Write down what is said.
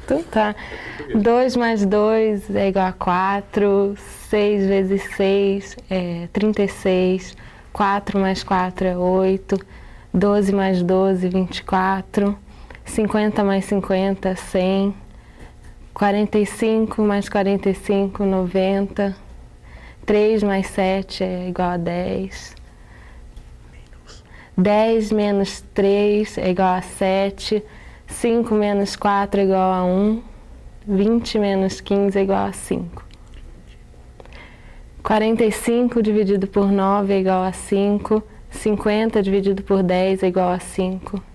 Tá. 2 mais 2 é igual a 4. 6 vezes 6 é 36. 4 mais 4 é 8. 12 mais 12, 24. 50 mais 50, 100. 45 mais 45, 90. 3 mais 7 é igual a 10. 10 menos 3 é igual a 7. 5 menos 4 é igual a 1. 20 menos 15 é igual a 5. 45 dividido por 9 é igual a 5. 50 dividido por 10 é igual a 5.